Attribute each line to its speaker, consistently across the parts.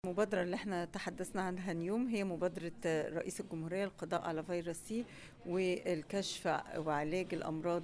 Speaker 1: المبادرة اللي احنا تحدثنا عنها اليوم هي مبادرة رئيس الجمهورية للقضاء على فيروس سي والكشف وعلاج الأمراض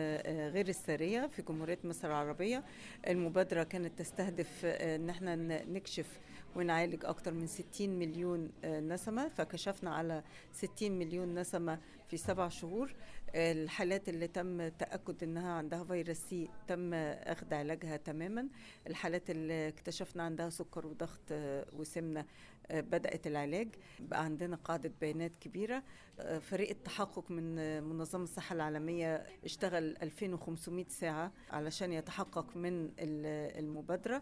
Speaker 1: غير السارية في جمهورية مصر العربية. المبادرة كانت تستهدف ان احنا نكشف ونعالج أكثر من 60 مليون نسمة، فكشفنا على 60 مليون نسمة في 7 شهور. الحالات اللي تم تأكد أنها عندها فيروس سي تم أخذ علاجها تماما. الحالات اللي اكتشفنا عندها سكر وضغط وسمنة بدأت العلاج. بقى عندنا قاعدة بيانات كبيرة. فريق التحقق من منظمة الصحة العالمية اشتغل 2500 ساعة علشان يتحقق من المبادرة،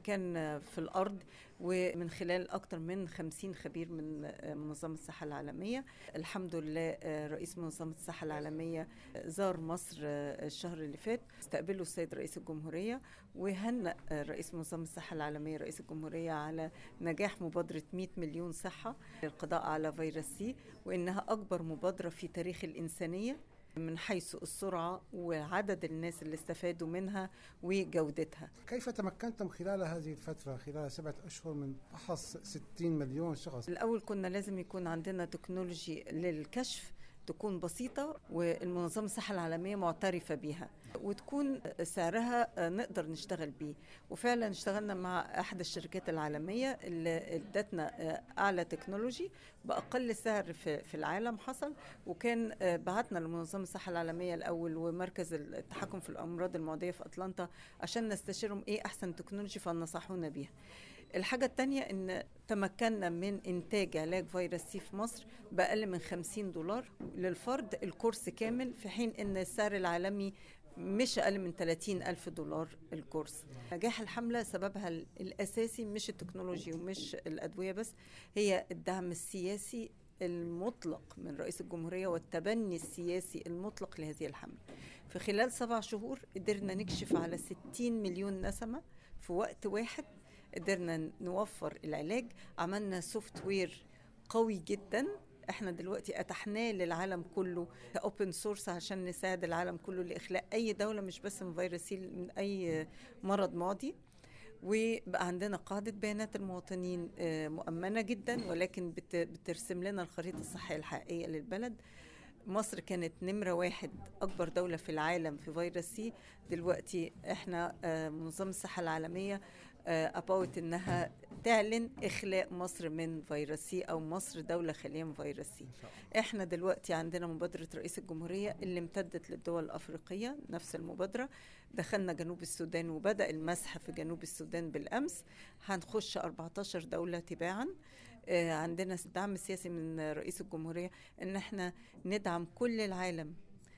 Speaker 1: كان في الأرض ومن خلال أكثر من 50 خبير من منظمة الصحة العالمية. الحمد لله رئيس منظمة الصحة العالمية زار مصر الشهر اللي فات، استقبله السيد رئيس الجمهورية وهنأ رئيس منظمة الصحة العالمية رئيس الجمهورية على نجاح مبادرة 100 مليون صحة للقضاء على فيروس سي، وإنها أكبر مبادرة في تاريخ الإنسانية من حيث السرعة وعدد الناس اللي استفادوا منها وجودتها.
Speaker 2: كيف تمكنتم خلال هذه الفترة، خلال 7 أشهر، من فحص 60 مليون شخص؟
Speaker 1: الأول كنا لازم يكون عندنا تكنولوجي للكشف تكون بسيطة والمنظمة الصحة العالمية معترفة بيها وتكون سعرها نقدر نشتغل بيه. وفعلا اشتغلنا مع أحد الشركات العالمية اللي ادتنا أعلى تكنولوجي بأقل سعر في العالم حصل، وكان بعتنا لمنظمة الصحة العالمية الأول ومركز التحكم في الأمراض المعدية في أتلانتا عشان نستشيرهم إيه أحسن تكنولوجي فنصحونا بيها. الحاجة التانية إن تمكنا من إنتاج علاج فيروس سي في مصر بأقل من $50 للفرد الكورس كامل، في حين إن السعر العالمي مش أقل من $30,000 الكورس. نجاح الحملة سببها الأساسي مش التكنولوجي ومش الأدوية بس، هي الدعم السياسي المطلق من رئيس الجمهورية والتبني السياسي المطلق لهذه الحملة. في خلال 7 شهور قدرنا نكشف على 60 مليون نسمة في وقت واحد، قدرنا نوفر العلاج. عملنا سوفت وير قوي جدا، احنا دلوقتي اتحناه للعالم كله كاوبن سورس عشان نساعد العالم كله لاخلاء اي دولة مش بس من فيروس سي، من اي مرض معدي. وبقى عندنا قاعدة بيانات المواطنين مؤمنة جدا، ولكن بترسم لنا الخريطة الصحية الحقيقية للبلد. مصر كانت نمرة 1 أكبر دولة في العالم في فيروس سي. دلوقتي احنا منظمة الصحة العالمية أباوت إنها تعلن إخلاء مصر من فيروس سي أو مصر دولة خالية من فيروس سي. احنا دلوقتي عندنا مبادرة رئيس الجمهورية اللي امتدت للدول الأفريقية، نفس المبادرة. دخلنا جنوب السودان وبدأ المسح في جنوب السودان بالأمس، هنخش 14 دولة تباعا. عندنا دعم سياسي من رئيس الجمهورية ان احنا ندعم كل العالم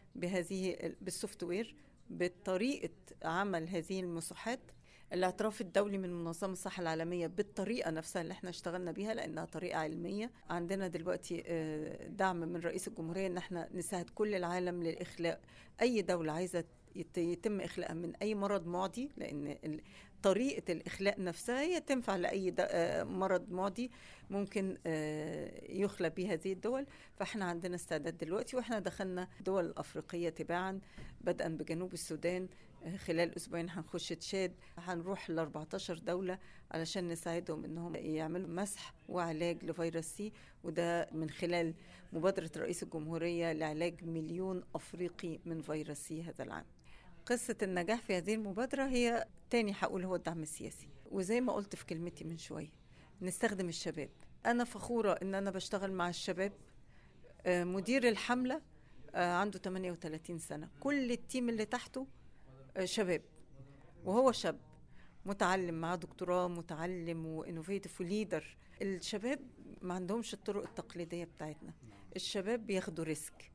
Speaker 1: بالسوفت وير، بطريقة عمل هذه المساحات. الاعتراف الدولي من منظمة الصحة العالمية بالطريقة نفسها اللي احنا اشتغلنا بيها لأنها طريقة علمية. عندنا دلوقتي دعم من رئيس الجمهورية ان احنا نساعد كل العالم للإخلاء. أي دولة عايزة يتم إخلاءها من أي مرض معدي، لأن طريقة الإخلاء نفسها هي تنفع لأي مرض معدي ممكن يخلى به هذه الدول. فإحنا عندنا استعداد دلوقتي، وإحنا دخلنا دول الأفريقية تباعا بدءا بجنوب السودان. خلال أسبوعين هنخش تشاد، هنروح ل 14 دولة علشان نساعدهم إنهم يعملوا مسح وعلاج لفيروس سي، وده من خلال مبادرة رئيس الجمهورية لعلاج 1,000,000 أفريقي من فيروس سي هذا العام. قصة النجاح في هذه المبادرة هي تاني هقول هو الدعم السياسي، وزي ما قلت في كلمتي من شوية نستخدم الشباب. أنا فخورة إن أنا بشتغل مع الشباب. مدير الحملة عنده 38 سنة، كل التيم اللي تحته شباب، وهو شاب متعلم مع دكتوراه، متعلم وانوفيتيف وليدر. الشباب ما عندهمش الطرق التقليدية بتاعتنا، الشباب بياخدوا ريسك.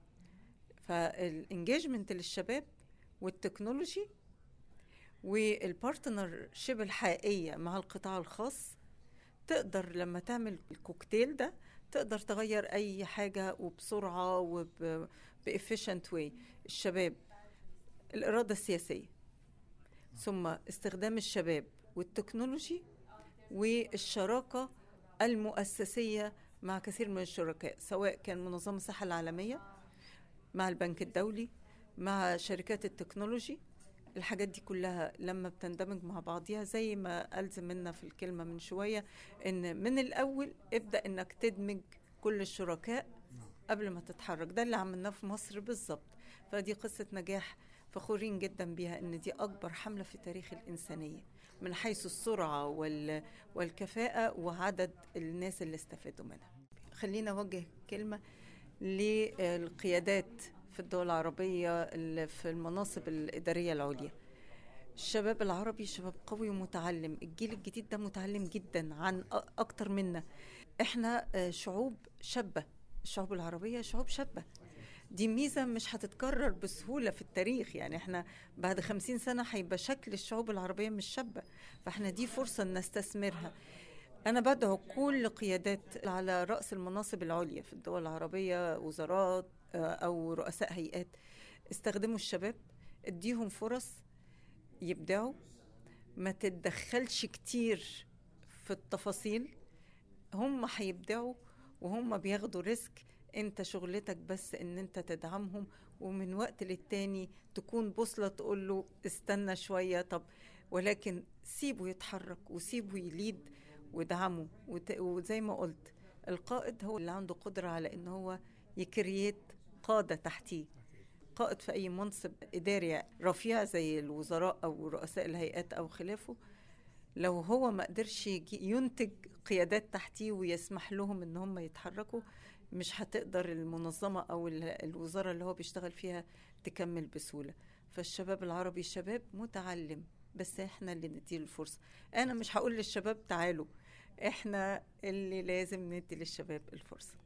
Speaker 1: فالانجيجمنت للشباب والتكنولوجي والبارتنر شيب الحقيقية مع القطاع الخاص تقدر لما تعمل الكوكتيل ده تقدر تغير أي حاجة وبسرعة وبإفيشنت واي. الشباب، الإرادة السياسية، ثم استخدام الشباب والتكنولوجي والشراكة المؤسسية مع كثير من الشركاء، سواء كان منظمة الصحة العالمية مع البنك الدولي مع شركات التكنولوجي الحاجات دي كلها لما بتندمج مع بعضيها، زي ما قال زميلنا في الكلمة من شوية، ان من الاول ابدأ انك تدمج كل الشركاء قبل ما تتحرك. ده اللي عملناه في مصر بالظبط. فدي قصة نجاح فخورين جدا بيها، ان دي اكبر حملة في تاريخ الانسانية من حيث السرعة والكفاءة وعدد الناس اللي استفادوا منها. خلينا اوجه كلمة للقيادات في الدول العربية اللي في المناصب الإدارية العليا. الشباب العربي شباب قوي ومتعلم، الجيل الجديد ده متعلم جدا عن أكتر منا. احنا شعوب شابة، الشعوب العربية شعوب شابة. دي ميزة مش هتتكرر بسهولة في التاريخ، يعني احنا بعد 50 سنة هيبقى شكل الشعوب العربية مش شابة، فاحنا دي فرصة نستثمرها. أنا بدعو كل قيادات على رأس المناصب العليا في الدول العربية، وزارات أو رؤساء هيئات، استخدموا الشباب، اديهم فرص يبدعوا، ما تتدخلش كتير في التفاصيل، هم هيبدعوا وهم بياخدوا ريسك. انت شغلتك بس ان انت تدعمهم، ومن وقت للتاني تكون بوصلة تقول له استنى شوية، طب ولكن سيبه يتحرك وسيبه يليد ودعمه. وزي ما قلت، القائد هو اللي عنده قدرة على ان هو يكريت قادة تحتيه. قائد في اي منصب اداري رفيع زي الوزراء او رؤساء الهيئات او خلافه، لو هو ما قدرش ينتج قيادات تحتيه ويسمح لهم ان هم يتحركوا، مش هتقدر المنظمة او الوزارة اللي هو بيشتغل فيها تكمل بسهولة. فالشباب العربي شباب متعلم، بس احنا اللي نديله الفرصة. انا مش هقول للشباب تعالوا، احنا اللي لازم ندي للشباب الفرصة.